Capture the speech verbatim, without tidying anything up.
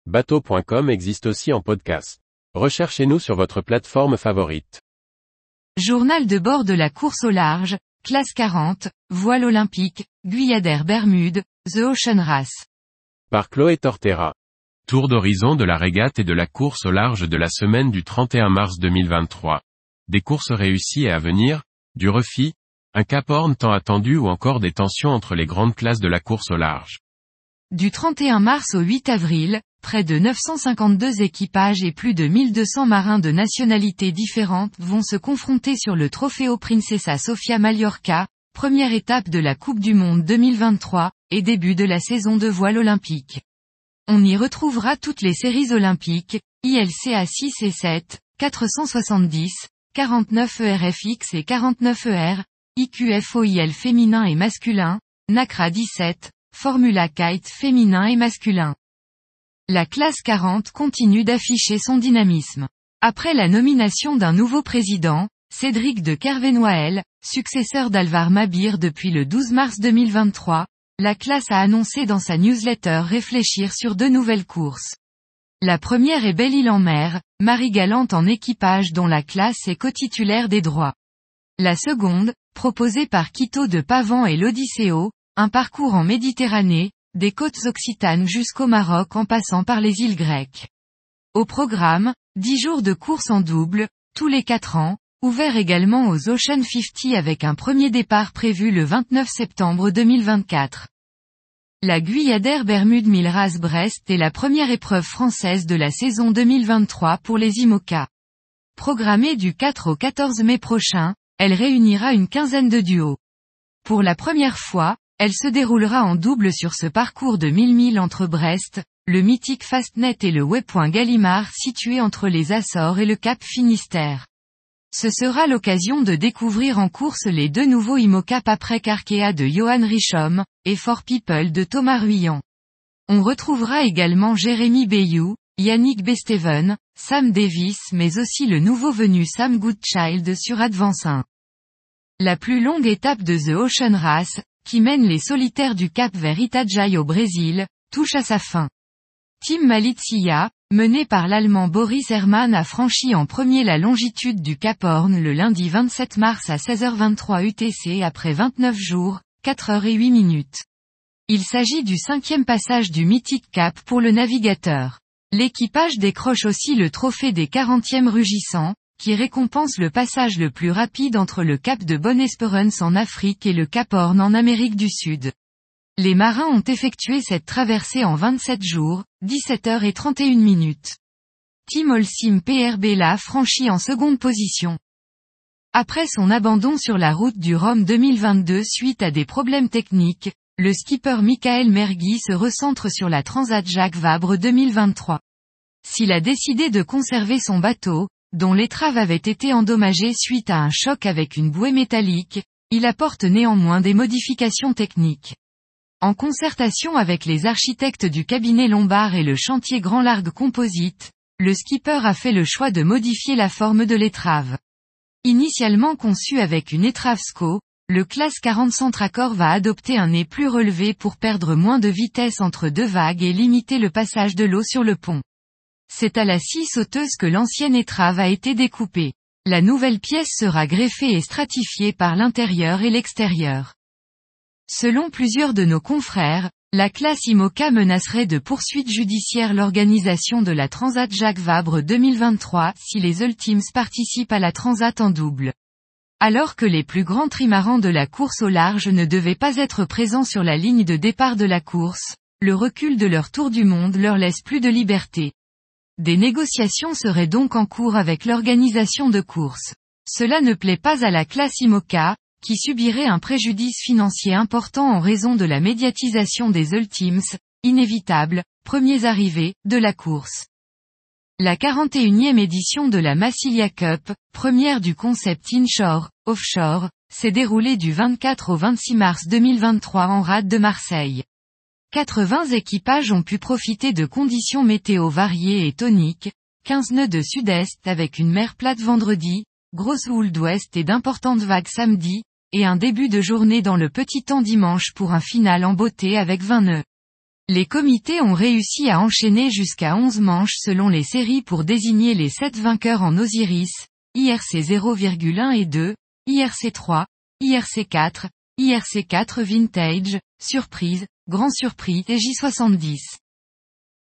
bateau point com existe aussi en podcast. Recherchez-nous sur votre plateforme favorite. Journal de bord de la course au large, classe quarante, voile olympique, Guyadère Bermude, The Ocean Race. Par Chloé Tortera. Tour d'horizon de la régate et de la course au large de la semaine du trente et un mars deux mille vingt-trois. Des courses réussies et à venir, du refit, un Cap Horn tant attendu ou encore des tensions entre les grandes classes de la course au large. Du trente et un mars au huit avril, près de neuf cent cinquante-deux équipages et plus de mille deux cents marins de nationalités différentes vont se confronter sur le Trofeo Princesa Sofia Mallorca, première étape de la Coupe du Monde deux mille vingt-trois, et début de la saison de voile olympique. On y retrouvera toutes les séries olympiques, I L C A six et sept, quatre cent soixante-dix, quarante-neuf E R F X et quarante-neuf E R, I Q F O I L féminin et masculin, NACRA dix-sept, Formula Kite féminin et masculin. La classe quarante continue d'afficher son dynamisme. Après la nomination d'un nouveau président, Cédric de Kervenoël, successeur d'Alvar Mabir depuis le douze mars deux mille vingt-trois, la classe a annoncé dans sa newsletter réfléchir sur deux nouvelles courses. La première est Belle-Île-en-Mer, Marie-Galante en équipage dont la classe est cotitulaire des droits. La seconde, proposée par Quito de Pavan et l'Odysseo, un parcours en Méditerranée, des côtes occitanes jusqu'au Maroc en passant par les îles grecques. Au programme, dix jours de course en double, tous les quatre ans, ouvert également aux Ocean cinquante avec un premier départ prévu le vingt-neuf septembre deux mille vingt-quatre. La Guyadère Bermude mille Race Brest est la première épreuve française de la saison deux mille vingt-trois pour les IMOCA. Programmée du quatre au quatorze mai prochain, elle réunira une quinzaine de duos. Pour la première fois, elle se déroulera en double sur ce parcours de mille milles entre Brest, le mythique Fastnet et le waypoint Gallimard situé entre les Açores et le Cap Finistère. Ce sera l'occasion de découvrir en course les deux nouveaux IMOCA Paprec Arkea de Johan Richomme, et For People de Thomas Ruyant. On retrouvera également Jérémy Bayou, Yannick Besteven, Sam Davis mais aussi le nouveau venu Sam Goodchild sur Advance un. La plus longue étape de The Ocean Race, qui mène les solitaires du Cap vers Itajaí au Brésil, touche à sa fin. Team Malizia, mené par l'Allemand Boris Herrmann a franchi en premier la longitude du Cap Horn le lundi vingt-sept mars à seize heures vingt-trois U T C après vingt-neuf jours, quatre heures et huit minutes. Il s'agit du cinquième passage du mythique Cap pour le navigateur. L'équipage décroche aussi le trophée des quarantièmes rugissants, qui récompense le passage le plus rapide entre le Cap de Bonne-Espérance en Afrique et le Cap Horn en Amérique du Sud. Les marins ont effectué cette traversée en vingt-sept jours, dix-sept heures et trente et une minutes. Team Holcim P R Bella franchit en seconde position. Après son abandon sur la route du Rhum deux mille vingt-deux suite à des problèmes techniques, le skipper Michael Mergui se recentre sur la Transat Jacques Vabre deux mille vingt-trois. S'il a décidé de conserver son bateau, dont l'étrave avait été endommagée suite à un choc avec une bouée métallique, il apporte néanmoins des modifications techniques. En concertation avec les architectes du cabinet Lombard et le chantier Grand Largue Composite, le skipper a fait le choix de modifier la forme de l'étrave. Initialement conçu avec une étrave S C O, le classe quarante Centracor va adopter un nez plus relevé pour perdre moins de vitesse entre deux vagues et limiter le passage de l'eau sur le pont. C'est à la scie sauteuse que l'ancienne étrave a été découpée. La nouvelle pièce sera greffée et stratifiée par l'intérieur et l'extérieur. Selon plusieurs de nos confrères, la classe IMOCA menacerait de poursuites judiciaires l'organisation de la Transat Jacques Vabre deux mille vingt-trois si les Ultimes participent à la Transat en double. Alors que les plus grands trimarans de la course au large ne devaient pas être présents sur la ligne de départ de la course, le recul de leur tour du monde leur laisse plus de liberté. Des négociations seraient donc en cours avec l'organisation de course. Cela ne plaît pas à la classe IMOCA, qui subirait un préjudice financier important en raison de la médiatisation des Ultimes, inévitable, premiers arrivés, de la course. La quarante et unième édition de la Massilia Cup, première du concept inshore, offshore, s'est déroulée du vingt-quatre au vingt-six mars deux mille vingt-trois en rade de Marseille. quatre-vingts équipages ont pu profiter de conditions météo variées et toniques, quinze nœuds de sud-est avec une mer plate vendredi, grosse houle d'ouest et d'importantes vagues samedi, et un début de journée dans le petit temps dimanche pour un final en beauté avec vingt nœuds. Les comités ont réussi à enchaîner jusqu'à onze manches selon les séries pour désigner les sept vainqueurs en Osiris, I R C zéro virgule un et deux, I R C trois, I R C quatre, I R C quatre Vintage, Surprise, Grand Surpris et J soixante-dix.